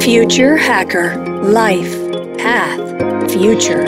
Future Hacker Life Path Future.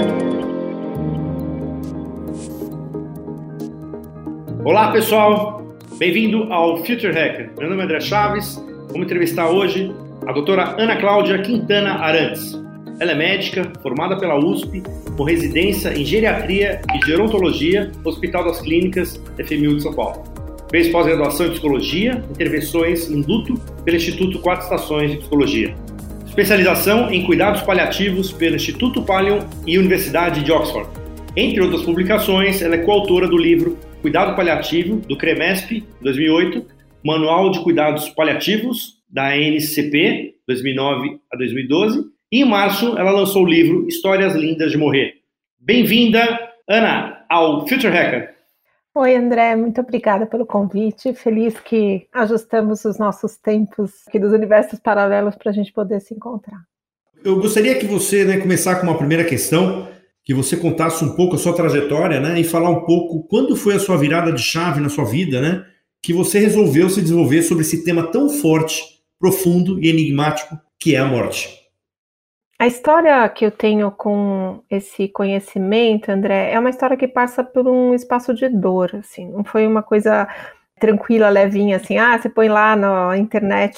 Olá pessoal, bem-vindo ao Future Hacker. Meu nome é André Chaves. Vamos entrevistar hoje a doutora Ana Cláudia Quintana Arantes. Ela é médica, formada pela USP, com residência em Geriatria e Gerontologia no Hospital das Clínicas FMU de São Paulo. Fez pós-graduação em Psicologia, intervenções em luto pelo Instituto Quatro Estações de Psicologia. Especialização em Cuidados Paliativos pelo Instituto Pallium e Universidade de Oxford. Entre outras publicações, ela é coautora do livro Cuidado Paliativo, do CREMESP, 2008, Manual de Cuidados Paliativos, da ANCP, 2009 a 2012, e em março ela lançou o livro Histórias Lindas de Morrer. Bem-vinda, Ana, ao Future Hacker. Oi, André, muito obrigada pelo convite. Feliz que ajustamos os nossos tempos aqui dos universos paralelos para a gente poder se encontrar. Eu gostaria que você, começar com uma primeira questão, que você contasse um pouco a sua trajetória, e falar um pouco quando foi a sua virada de chave na sua vida, que você resolveu se desenvolver sobre esse tema tão forte, profundo e enigmático que é a morte. A história que eu tenho com esse conhecimento, André, é uma história que passa por um espaço de dor, assim, não foi uma coisa tranquila, levinha, assim, você põe lá na internet,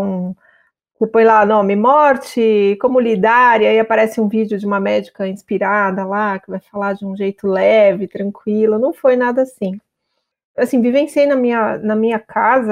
você põe lá nome morte, como lidar, e aí aparece um vídeo de uma médica inspirada lá, que vai falar de um jeito leve, tranquilo, não foi nada assim. Assim, vivenciei na minha casa,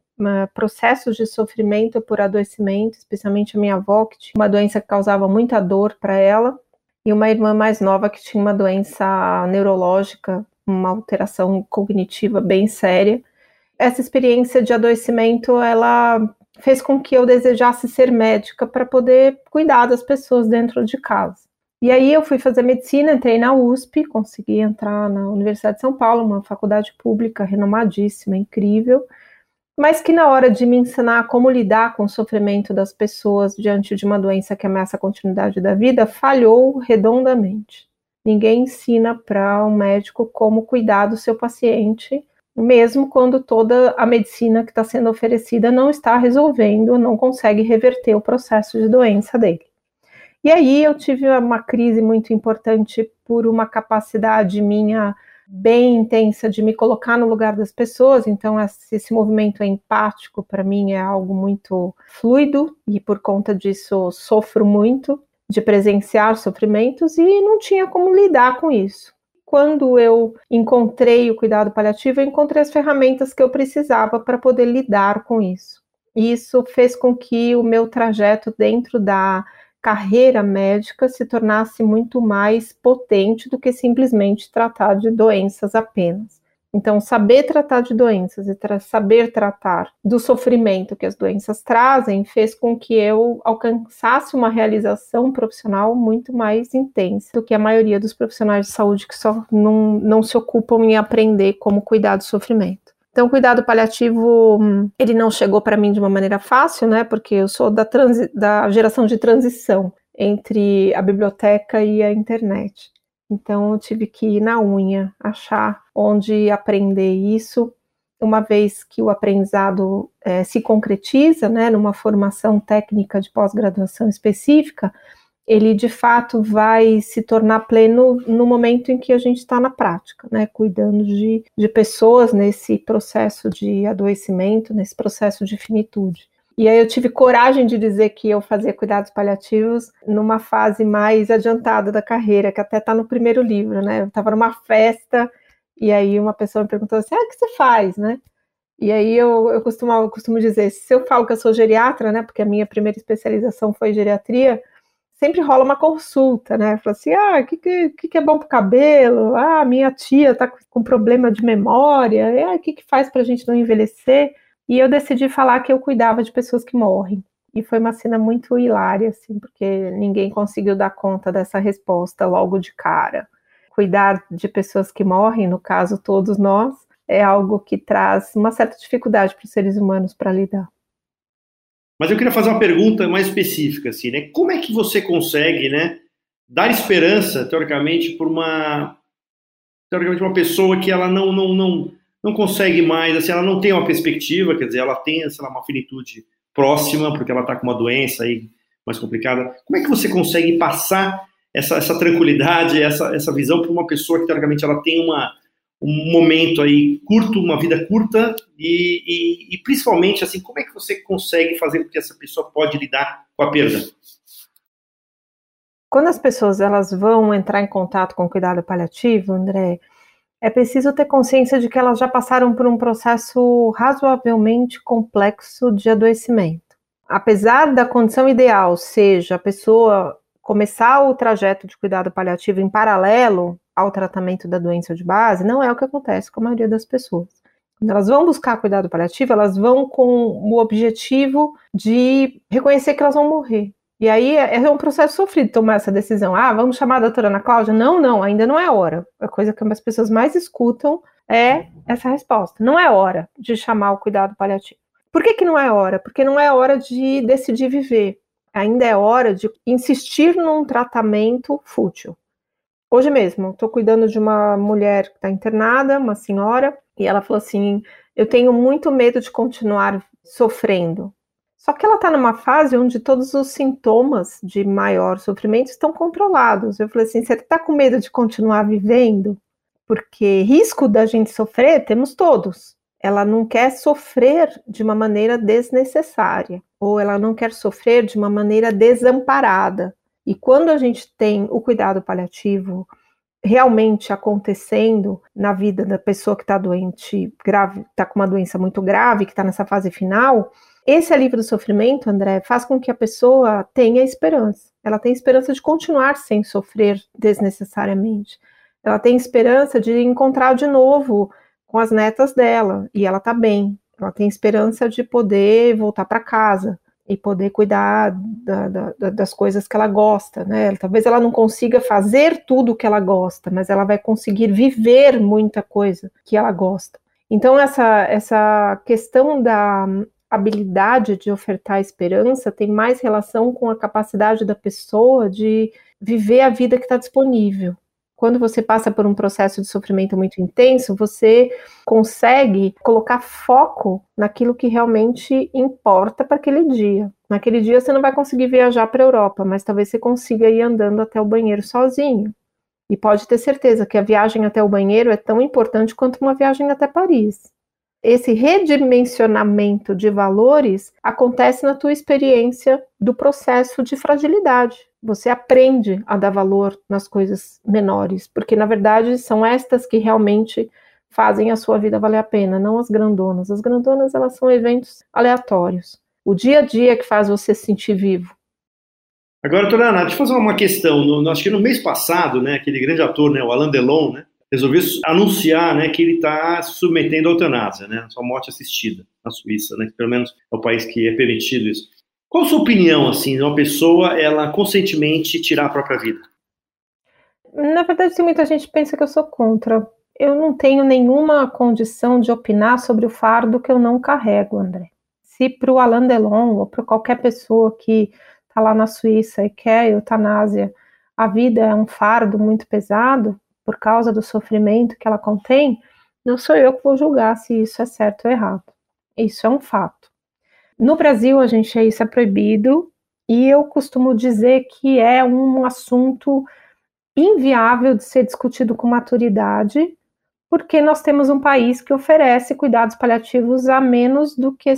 processos de sofrimento por adoecimento, especialmente a minha avó, que tinha uma doença que causava muita dor para ela, e uma irmã mais nova que tinha uma doença neurológica, uma alteração cognitiva bem séria. Essa experiência de adoecimento, ela fez com que eu desejasse ser médica para poder cuidar das pessoas dentro de casa. E aí eu fui fazer medicina, entrei na USP, consegui entrar na Universidade de São Paulo, uma faculdade pública renomadíssima, incrível, mas que na hora de me ensinar como lidar com o sofrimento das pessoas diante de uma doença que ameaça a continuidade da vida, falhou redondamente. Ninguém ensina para um médico como cuidar do seu paciente, mesmo quando toda a medicina que está sendo oferecida não está resolvendo, não consegue reverter o processo de doença dele. E aí eu tive uma crise muito importante por uma capacidade minha bem intensa de me colocar no lugar das pessoas, então esse movimento empático para mim é algo muito fluido e por conta disso sofro muito de presenciar sofrimentos e não tinha como lidar com isso. Quando eu encontrei o cuidado paliativo, eu encontrei as ferramentas que eu precisava para poder lidar com isso. E isso fez com que o meu trajeto dentro da carreira médica se tornasse muito mais potente do que simplesmente tratar de doenças apenas. Então, saber tratar de doenças e saber tratar do sofrimento que as doenças trazem fez com que eu alcançasse uma realização profissional muito mais intensa do que a maioria dos profissionais de saúde que só não se ocupam em aprender como cuidar do sofrimento. Então, o cuidado paliativo, ele não chegou para mim de uma maneira fácil, porque eu sou da geração de transição entre a biblioteca e a internet. Então, eu tive que ir na unha, achar onde aprender isso, uma vez que o aprendizado se concretiza, numa formação técnica de pós-graduação específica, ele de fato vai se tornar pleno no momento em que a gente está na prática, cuidando de pessoas nesse processo de adoecimento, nesse processo de finitude. E aí eu tive coragem de dizer que eu fazia cuidados paliativos numa fase mais adiantada da carreira, que até está no primeiro livro, Eu estava numa festa e aí uma pessoa me perguntou assim, o que você faz, E aí eu costumo dizer, se eu falo que eu sou geriatra, porque a minha primeira especialização foi geriatria, sempre rola uma consulta, Fala assim, o que é bom pro cabelo? Minha tia tá com problema de memória, o que faz pra gente não envelhecer? E eu decidi falar que eu cuidava de pessoas que morrem. E foi uma cena muito hilária, assim, porque ninguém conseguiu dar conta dessa resposta logo de cara. Cuidar de pessoas que morrem, no caso todos nós, é algo que traz uma certa dificuldade para os seres humanos para lidar. Mas eu queria fazer uma pergunta mais específica, assim, Como é que você consegue, dar esperança, teoricamente, para uma pessoa que ela não consegue mais, assim, ela não tem uma perspectiva, quer dizer, ela tem, uma finitude próxima, porque ela está com uma doença aí mais complicada. Como é que você consegue passar essa tranquilidade, essa visão para uma pessoa que, teoricamente, ela tem um momento aí curto, uma vida curta e principalmente, assim, como é que você consegue fazer com que essa pessoa pode lidar com a perda? Quando as pessoas elas vão entrar em contato com o cuidado paliativo, André, é preciso ter consciência de que elas já passaram por um processo razoavelmente complexo de adoecimento. Apesar da condição ideal seja a pessoa começar o trajeto de cuidado paliativo em paralelo ao tratamento da doença de base, não é o que acontece com a maioria das pessoas. Quando elas vão buscar cuidado paliativo, elas vão com o objetivo de reconhecer que elas vão morrer. E aí é um processo sofrido tomar essa decisão. Vamos chamar a doutora Ana Cláudia? Não, ainda não é hora. A coisa que as pessoas mais escutam é essa resposta. Não é hora de chamar o cuidado paliativo. Por que não é hora? Porque não é hora de decidir viver. Ainda é hora de insistir num tratamento fútil. Hoje mesmo, estou cuidando de uma mulher que está internada, uma senhora, e ela falou assim, eu tenho muito medo de continuar sofrendo. Só que ela está numa fase onde todos os sintomas de maior sofrimento estão controlados. Eu falei assim, você está com medo de continuar vivendo? Porque risco da gente sofrer temos todos. Ela não quer sofrer de uma maneira desnecessária, ou ela não quer sofrer de uma maneira desamparada. E quando a gente tem o cuidado paliativo realmente acontecendo na vida da pessoa que está doente, grave, está com uma doença muito grave, que está nessa fase final, esse alívio do sofrimento, André, faz com que a pessoa tenha esperança. Ela tem esperança de continuar sem sofrer desnecessariamente. Ela tem esperança de encontrar de novo com as netas dela, e ela está bem. Ela tem esperança de poder voltar para casa e poder cuidar das coisas que ela gosta, né? Talvez ela não consiga fazer tudo o que ela gosta, mas ela vai conseguir viver muita coisa que ela gosta. Então, essa questão da habilidade de ofertar esperança tem mais relação com a capacidade da pessoa de viver a vida que está disponível. Quando você passa por um processo de sofrimento muito intenso, você consegue colocar foco naquilo que realmente importa para aquele dia. Naquele dia você não vai conseguir viajar para a Europa, mas talvez você consiga ir andando até o banheiro sozinho. E pode ter certeza que a viagem até o banheiro é tão importante quanto uma viagem até Paris. Esse redimensionamento de valores acontece na tua experiência do processo de fragilidade. Você aprende a dar valor nas coisas menores, porque na verdade são estas que realmente fazem a sua vida valer a pena, não as grandonas. As grandonas, elas são eventos aleatórios. O dia a dia que faz você se sentir vivo. Agora, doutora Ana, deixa eu fazer uma questão. Acho que no mês passado, né, aquele grande ator, né, o Alain Delon, né, resolveu anunciar, né, que ele está se submetendo à eutanásia, né, sua morte assistida na Suíça, né, que pelo menos é o país que é permitido isso. Qual a sua opinião, assim, de uma pessoa, ela conscientemente tirar a própria vida? Na verdade, tem muita gente que pensa que eu sou contra. Eu não tenho nenhuma condição de opinar sobre o fardo que eu não carrego, André. Se para o Alain Delon ou para qualquer pessoa que está lá na Suíça e quer eutanásia, a vida é um fardo muito pesado, por causa do sofrimento que ela contém, não sou eu que vou julgar se isso é certo ou errado. Isso é um fato. No Brasil, isso é proibido, e eu costumo dizer que é um assunto inviável de ser discutido com maturidade, porque nós temos um país que oferece cuidados paliativos a menos do que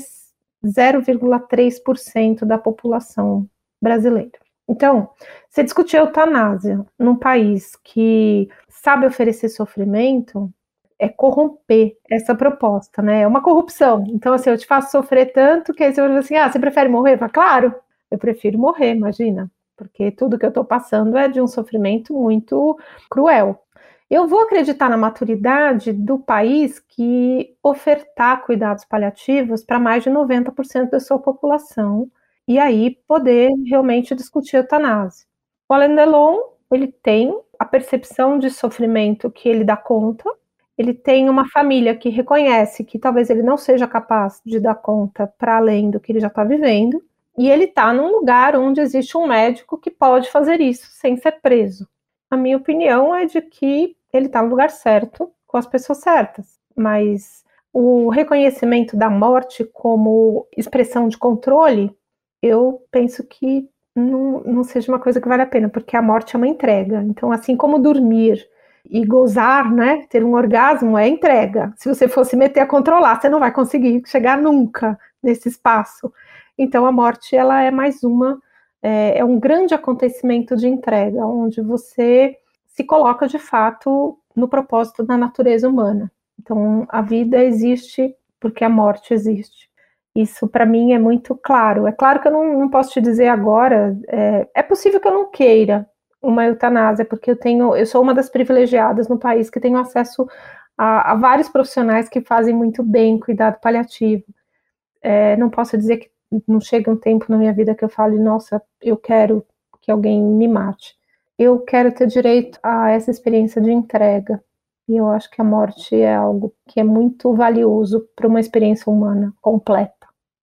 0,3% da população brasileira. Então, você discutir eutanásia num país que sabe oferecer sofrimento é corromper essa proposta, né? É uma corrupção. Então, assim, eu te faço sofrer tanto que aí você vai dizer assim, você prefere morrer? Eu falo, claro, eu prefiro morrer, imagina. Porque tudo que eu estou passando é de um sofrimento muito cruel. Eu vou acreditar na maturidade do país que ofertar cuidados paliativos para mais de 90% da sua população, e aí poder realmente discutir eutanásia. O Alain Delon, ele tem a percepção de sofrimento que ele dá conta, ele tem uma família que reconhece que talvez ele não seja capaz de dar conta para além do que ele já está vivendo, e ele está num lugar onde existe um médico que pode fazer isso sem ser preso. A minha opinião é de que ele está no lugar certo, com as pessoas certas, mas o reconhecimento da morte como expressão de controle, eu penso que não seja uma coisa que vale a pena, porque a morte é uma entrega. Então, assim como dormir e gozar, né, ter um orgasmo é entrega. Se você fosse meter a controlar, você não vai conseguir chegar nunca nesse espaço. Então, a morte, ela é mais é um grande acontecimento de entrega, onde você se coloca, de fato, no propósito da natureza humana. Então, a vida existe porque a morte existe. Isso, para mim, é muito claro. É claro que eu não posso te dizer agora, é possível que eu não queira uma eutanásia, porque eu sou uma das privilegiadas no país que tenho acesso a vários profissionais que fazem muito bem cuidado paliativo. Não posso dizer que não chega um tempo na minha vida que eu fale, nossa, eu quero que alguém me mate. Eu quero ter direito a essa experiência de entrega. E eu acho que a morte é algo que é muito valioso para uma experiência humana completa.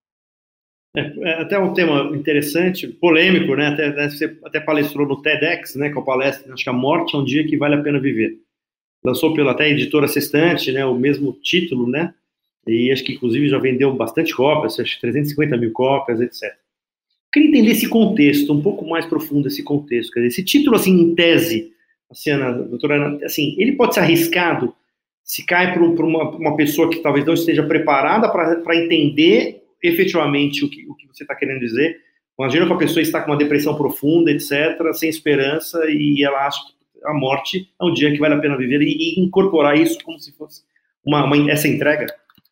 Até um tema interessante, polêmico, né? Você até palestrou no TEDx, né? Com a palestra, acho que a morte é um dia que vale a pena viver. Lançou pela até editora Sextante, né? O mesmo título, né? E acho que inclusive já vendeu bastante cópias, acho que 350 mil cópias, etc. Queria entender esse contexto, um pouco mais profundo esse contexto. Quer dizer, esse título, assim, em tese, assim, doutora Ana, assim, ele pode ser arriscado se cai para uma pessoa que talvez não esteja preparada para entender efetivamente o que você está querendo dizer. Imagina que a pessoa está com uma depressão profunda, etc., sem esperança, e ela acha que a morte é um dia que vale a pena viver, e incorporar isso como se fosse essa entrega.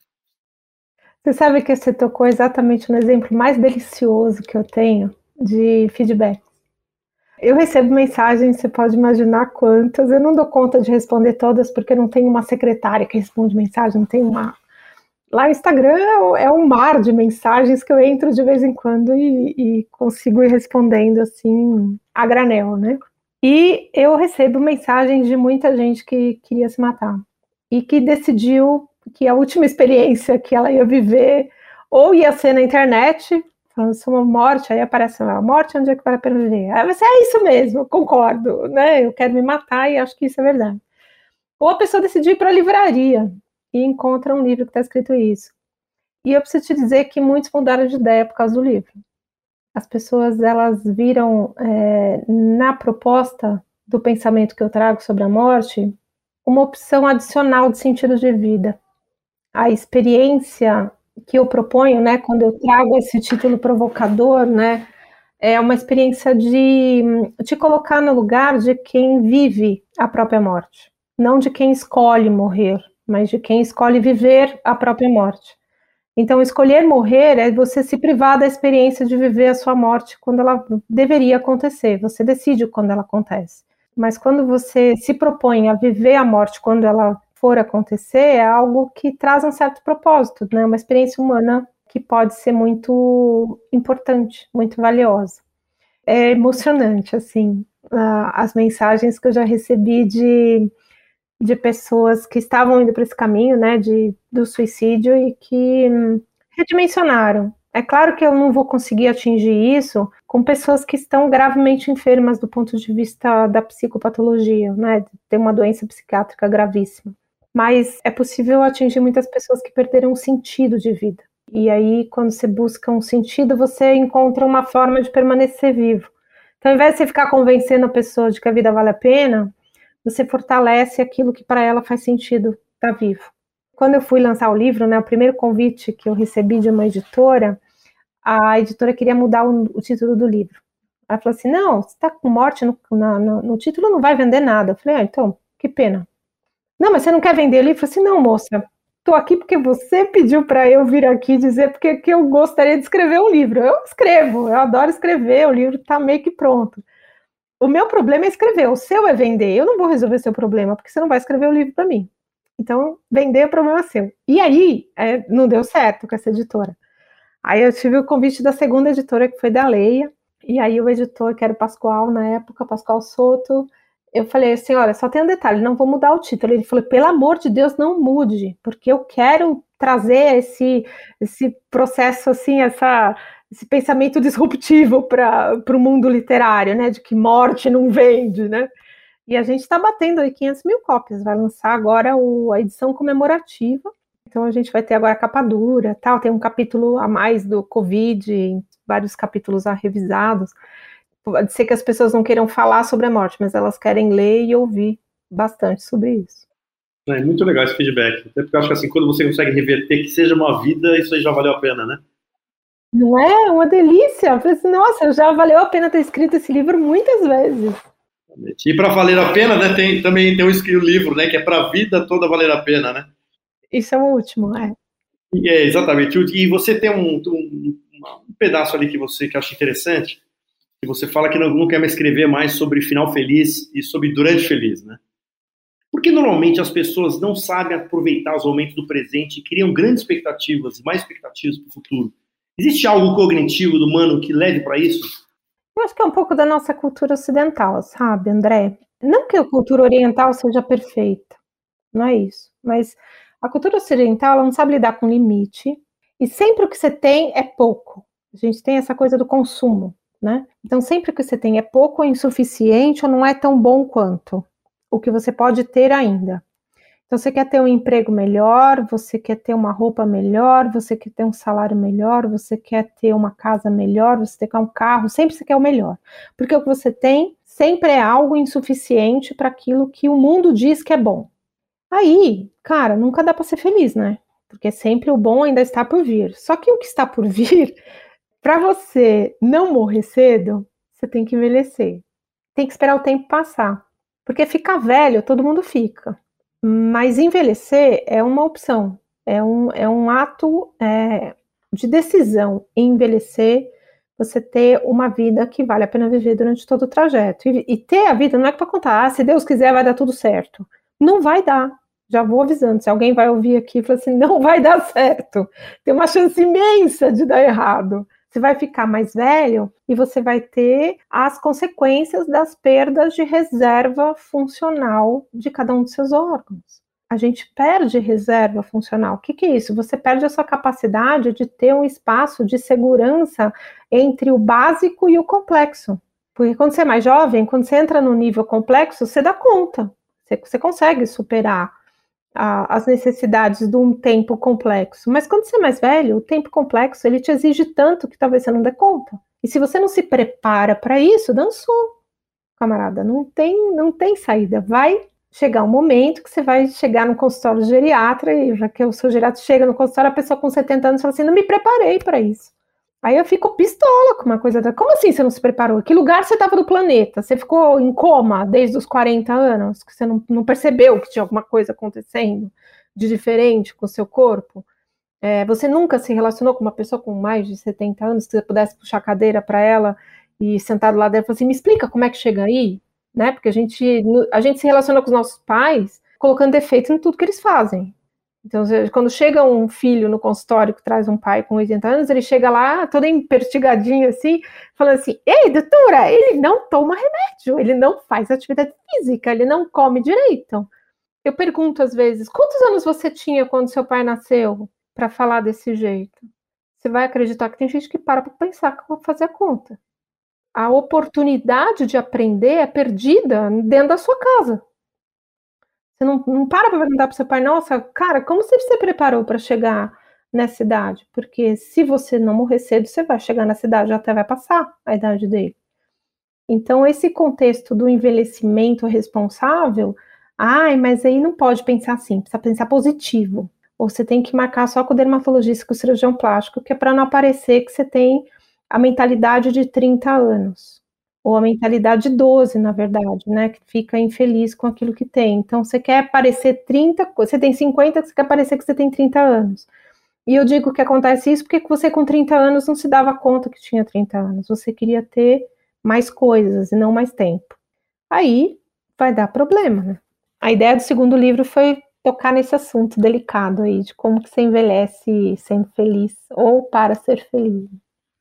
Você sabe que você tocou exatamente no exemplo mais delicioso que eu tenho de feedback. Eu recebo mensagens, você pode imaginar quantas, eu não dou conta de responder todas, porque não tem uma secretária que responde mensagem, não tem uma... Lá no Instagram é um mar de mensagens que eu entro de vez em quando e consigo ir respondendo assim, a granel, né? E eu recebo mensagens de muita gente que queria se matar e que decidiu que a última experiência que ela ia viver ou ia ser na internet, falando sobre uma morte, aí aparece lá, a morte é um dia que vale a pena viver. Aí você, é isso mesmo, eu concordo, né? Eu quero me matar e acho que isso é verdade. Ou a pessoa decidiu ir para a livraria e encontra um livro que está escrito isso. E eu preciso te dizer que muitos mudaram de ideia por causa do livro. As pessoas, elas viram na proposta do pensamento que eu trago sobre a morte uma opção adicional de sentido de vida. A experiência que eu proponho, né, quando eu trago esse título provocador, né, é uma experiência de te colocar no lugar de quem vive a própria morte. Não de quem escolhe morrer, mas de quem escolhe viver a própria morte. Então, escolher morrer é você se privar da experiência de viver a sua morte quando ela deveria acontecer. Você decide quando ela acontece. Mas quando você se propõe a viver a morte quando ela for acontecer, é algo que traz um certo propósito, né? Uma experiência humana que pode ser muito importante, muito valiosa. É emocionante, assim, as mensagens que eu já recebi de pessoas que estavam indo para esse caminho, né, do suicídio e que redimensionaram. É claro que eu não vou conseguir atingir isso com pessoas que estão gravemente enfermas do ponto de vista da psicopatologia, né, tem uma doença psiquiátrica gravíssima. Mas é possível atingir muitas pessoas que perderam o sentido de vida. E aí, quando você busca um sentido, você encontra uma forma de permanecer vivo. Então, ao invés de você ficar convencendo a pessoa de que a vida vale a pena, você fortalece aquilo que para ela faz sentido estar vivo. Quando eu fui lançar o livro, né, o primeiro convite que eu recebi de uma editora, a editora queria mudar o título do livro. Ela falou assim, não, você está com morte no título, não vai vender nada. Eu falei, então, que pena. Não, mas você não quer vender o livro? Eu falei assim, não, moça, estou aqui porque você pediu para eu vir aqui dizer porque que eu gostaria de escrever um livro. Eu escrevo, eu adoro escrever, o livro está meio que pronto. O meu problema é escrever, o seu é vender. Eu não vou resolver seu problema, porque você não vai escrever o livro para mim. Então, vender é o problema seu. E aí, não deu certo com essa editora. Aí eu tive o convite da segunda editora, que foi da Leia, e aí o editor, que era o Pascoal na época, Pascoal Soto, eu falei assim, olha, só tem um detalhe, não vou mudar o título. Ele falou, pelo amor de Deus, não mude, porque eu quero trazer esse processo, assim, esse pensamento disruptivo para o mundo literário, né, de que morte não vende, né, e a gente está batendo aí 500 mil cópias, vai lançar agora a edição comemorativa, então a gente vai ter agora a capa dura, tal, tem um capítulo a mais do Covid, vários capítulos revisados. Pode ser que as pessoas não queiram falar sobre a morte, mas elas querem ler e ouvir bastante sobre isso. É muito legal esse feedback. Até porque eu acho que assim, quando você consegue reverter que seja uma vida, isso aí já valeu a pena, né? Não é? Uma delícia. Eu falei assim, nossa, já valeu a pena ter escrito esse livro muitas vezes. E para valer a pena, né, também tem um livro, né, que é para a vida toda valer a pena, né? Isso é o último, é. Exatamente. E você tem um pedaço ali que eu acho interessante, que você fala que não quer mais escrever mais sobre final feliz e sobre durante feliz, né? Porque normalmente as pessoas não sabem aproveitar os momentos do presente e criam grandes expectativas, mais expectativas para o futuro. Existe algo cognitivo do humano que leve para isso? Eu acho que é um pouco da nossa cultura ocidental, sabe, André? Não que a cultura oriental seja perfeita, não é isso. Mas a cultura ocidental, ela não sabe lidar com limite. E sempre o que você tem é pouco. A gente tem essa coisa do consumo, né? Então, sempre o que você tem é pouco, é insuficiente ou não é tão bom quanto o que você pode ter ainda. Então, você quer ter um emprego melhor, você quer ter uma roupa melhor, você quer ter um salário melhor, você quer ter uma casa melhor, você quer um carro, sempre você quer o melhor. Porque o que você tem sempre é algo insuficiente para aquilo que o mundo diz que é bom. Aí, cara, nunca dá para ser feliz, né? Porque sempre o bom ainda está por vir. Só que o que está por vir, para você não morrer cedo, você tem que envelhecer. Tem que esperar o tempo passar. Porque ficar velho, todo mundo fica. Mas envelhecer é uma opção, é um ato de decisão. Envelhecer, você ter uma vida que vale a pena viver durante todo o trajeto. E ter a vida não é para contar, se Deus quiser vai dar tudo certo. Não vai dar, já vou avisando. Se alguém vai ouvir aqui e falar assim, não vai dar certo, tem uma chance imensa de dar errado. Você vai ficar mais velho e você vai ter as consequências das perdas de reserva funcional de cada um dos seus órgãos. A gente perde reserva funcional. O que é isso? Você perde a sua capacidade de ter um espaço de segurança entre o básico e o complexo. Porque quando você é mais jovem, quando você entra no nível complexo, você dá conta. Você consegue superar as necessidades de um tempo complexo. Mas quando você é mais velho, o tempo complexo, ele te exige tanto que talvez você não dê conta. E se você não se prepara para isso, dançou, camarada. Não tem saída. Vai chegar um momento que você vai chegar no consultório de geriatra e já que o seu geriatra chega no consultório, a pessoa com 70 anos fala assim, não me preparei para isso. Aí eu fico pistola com uma coisa. Como assim você não se preparou? Que lugar você estava do planeta? Você ficou em coma desde os 40 anos? Que você não percebeu que tinha alguma coisa acontecendo de diferente com o seu corpo? Você nunca se relacionou com uma pessoa com mais de 70 anos que você pudesse puxar a cadeira para ela e sentar do lado dela e falar assim, me explica como é que chega aí? Né? Porque a gente se relaciona com os nossos pais colocando defeitos em tudo que eles fazem. Então, quando chega um filho no consultório que traz um pai com 80 anos, ele chega lá todo empertigadinho assim, falando assim, ei, doutora, ele não toma remédio, ele não faz atividade física, ele não come direito. Eu pergunto às vezes, quantos anos você tinha quando seu pai nasceu para falar desse jeito? Você vai acreditar que tem gente que para pensar que eu vou fazer a conta. A oportunidade de aprender é perdida dentro da sua casa. Você não para perguntar para o seu pai, nossa, cara, como você se preparou para chegar nessa idade? Porque se você não morrer cedo, você vai chegar nessa idade, até vai passar a idade dele. Então, esse contexto do envelhecimento responsável, mas aí não pode pensar assim, precisa pensar positivo. Ou você tem que marcar só com o dermatologista, com o cirurgião plástico, que é para não aparecer que você tem a mentalidade de 30 anos. Ou a mentalidade de 12, na verdade, né, que fica infeliz com aquilo que tem. Então, você quer parecer 30, você tem 50, você quer parecer que você tem 30 anos. E eu digo que acontece isso porque você com 30 anos não se dava conta que tinha 30 anos. Você queria ter mais coisas e não mais tempo. Aí, vai dar problema, né? A ideia do segundo livro foi tocar nesse assunto delicado aí, de como que você envelhece sendo feliz ou para ser feliz.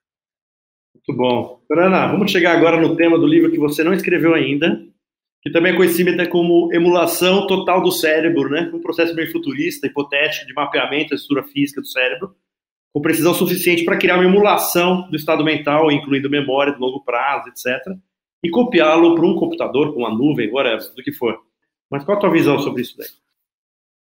Muito bom. Ana, vamos chegar agora no tema do livro que você não escreveu ainda, que também é conhecido como emulação total do cérebro, né? Um processo meio futurista, hipotético, de mapeamento da estrutura física do cérebro, com precisão suficiente para criar uma emulação do estado mental, incluindo memória de longo prazo, etc., e copiá-lo para um computador, com uma nuvem, whatever, do que for. Mas qual a tua visão sobre isso daí?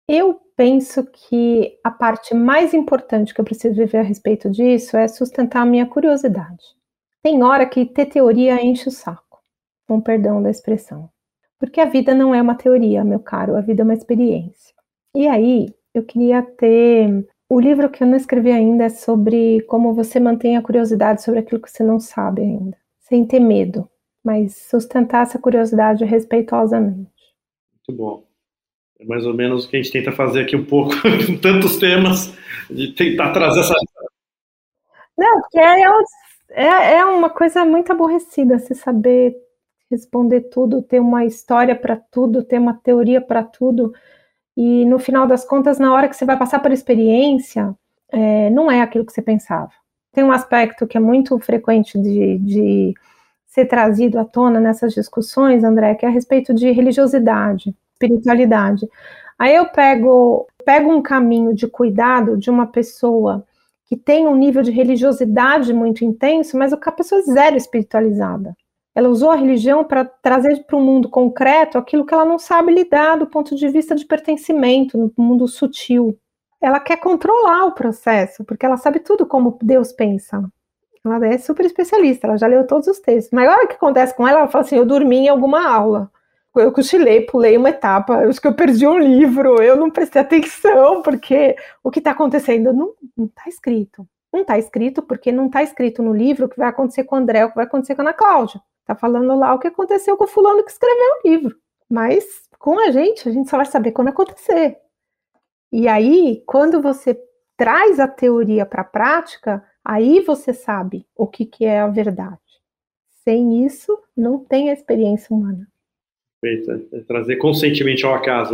Eu penso que a parte mais importante que eu preciso viver a respeito disso é sustentar a minha curiosidade. Tem hora que ter teoria enche o saco, com perdão da expressão. Porque a vida não é uma teoria, meu caro, a vida é uma experiência. E aí, eu queria ter... O livro que eu não escrevi ainda é sobre como você mantém a curiosidade sobre aquilo que você não sabe ainda, sem ter medo, mas sustentar essa curiosidade respeitosamente. Muito bom. É mais ou menos o que a gente tenta fazer aqui um pouco, com tantos temas, de tentar trazer essa... Não, porque é uma coisa muito aborrecida, se saber responder tudo, ter uma história para tudo, ter uma teoria para tudo, e no final das contas, na hora que você vai passar por experiência, não é aquilo que você pensava. Tem um aspecto que é muito frequente de ser trazido à tona nessas discussões, André, que é a respeito de religiosidade, espiritualidade. Aí eu pego um caminho de cuidado de uma pessoa que tem um nível de religiosidade muito intenso, mas a pessoa é zero espiritualizada. Ela usou a religião para trazer para o mundo concreto aquilo que ela não sabe lidar do ponto de vista de pertencimento, no mundo sutil. Ela quer controlar o processo, porque ela sabe tudo como Deus pensa. Ela é super especialista, ela já leu todos os textos. Mas agora o que acontece com ela, ela fala assim, eu dormi em alguma aula. Eu cochilei, pulei uma etapa, eu acho que eu perdi um livro, eu não prestei atenção, porque o que está acontecendo não está escrito. Não está escrito porque não está escrito no livro o que vai acontecer com o André, o que vai acontecer com a Ana Cláudia. Está falando lá o que aconteceu com o fulano que escreveu o livro. Mas com a gente só vai saber quando acontecer. E aí, quando você traz a teoria para a prática, aí você sabe o que é a verdade. Sem isso, não tem a experiência humana. Perfeito. Trazer conscientemente ao acaso.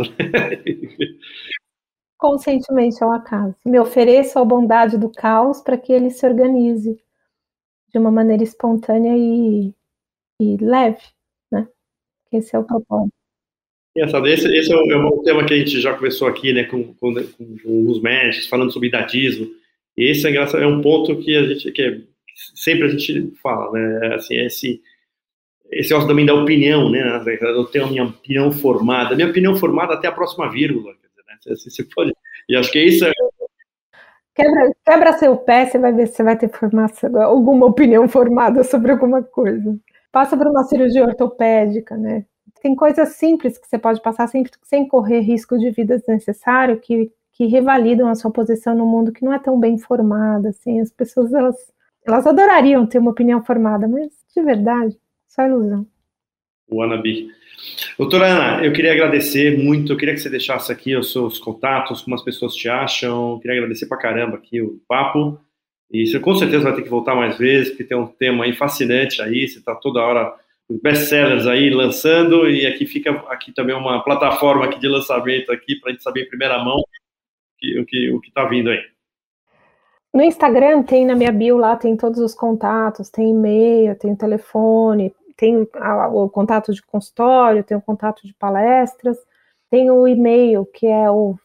Conscientemente ao acaso. Me ofereço a bondade do caos para que ele se organize de uma maneira espontânea e leve, né? Esse é o propósito. Esse é um tema que a gente já conversou aqui, né, com os mestres, falando sobre idadismo. E esse é um ponto que sempre a gente fala, né? Assim, esse negócio também da opinião, né? Eu tenho a minha opinião formada. Minha opinião formada até a próxima vírgula. Quer dizer, né? Você pode... E acho que isso é... Quebra seu pé, você vai ver se você vai ter alguma opinião formada sobre alguma coisa. Passa por uma cirurgia ortopédica, né? Tem coisas simples que você pode passar sem correr risco de vida desnecessário que revalidam a sua posição no mundo que não é tão bem formada, assim. As pessoas, elas adorariam ter uma opinião formada, mas de verdade, só ilusão. O Anabi. Doutora Ana, eu queria agradecer muito, eu queria que você deixasse aqui os seus contatos, como as pessoas te acham, eu queria agradecer pra caramba aqui o papo, e você com certeza vai ter que voltar mais vezes, porque tem um tema aí fascinante aí, você tá toda hora os best-sellers aí lançando, e aqui fica aqui também uma plataforma aqui de lançamento aqui, pra gente saber em primeira mão o que tá vindo aí. No Instagram tem, na minha bio lá, tem todos os contatos, tem e-mail, tem telefone, tem o contato de consultório, tem o contato de palestras, tem o e-mail que é o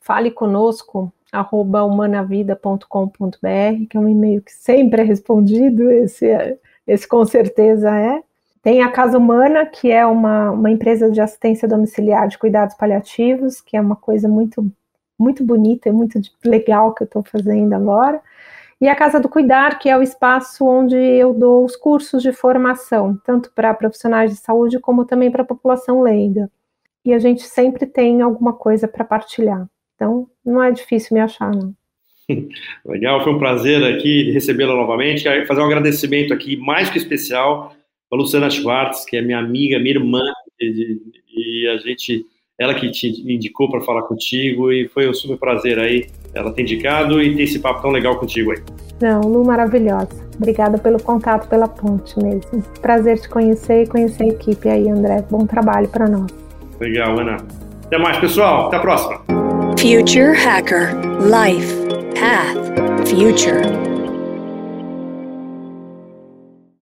faleconosco@humanavida.com.br, que é um e-mail que sempre é respondido, esse com certeza é. Tem a Casa Humana, que é uma empresa de assistência domiciliar de cuidados paliativos, que é uma coisa muito, muito bonita e muito legal que eu estou fazendo agora. E a Casa do Cuidar, que é o espaço onde eu dou os cursos de formação, tanto para profissionais de saúde como também para a população leiga. E a gente sempre tem alguma coisa para partilhar. Então, não é difícil me achar, não. Legal, foi um prazer aqui recebê-la novamente. Quero fazer um agradecimento aqui, mais que especial, a Luciana Schwartz, que é minha amiga, minha irmã, e ela que te indicou para falar contigo, e foi um super prazer aí ela ter indicado e ter esse papo tão legal contigo aí. Não, Lu, maravilhosa. Obrigada pelo contato, pela ponte mesmo. Prazer te conhecer e conhecer a equipe aí, André. Bom trabalho para nós. Legal, Ana. Até mais, pessoal. Até a próxima. Future Hacker. Life. Path. Future.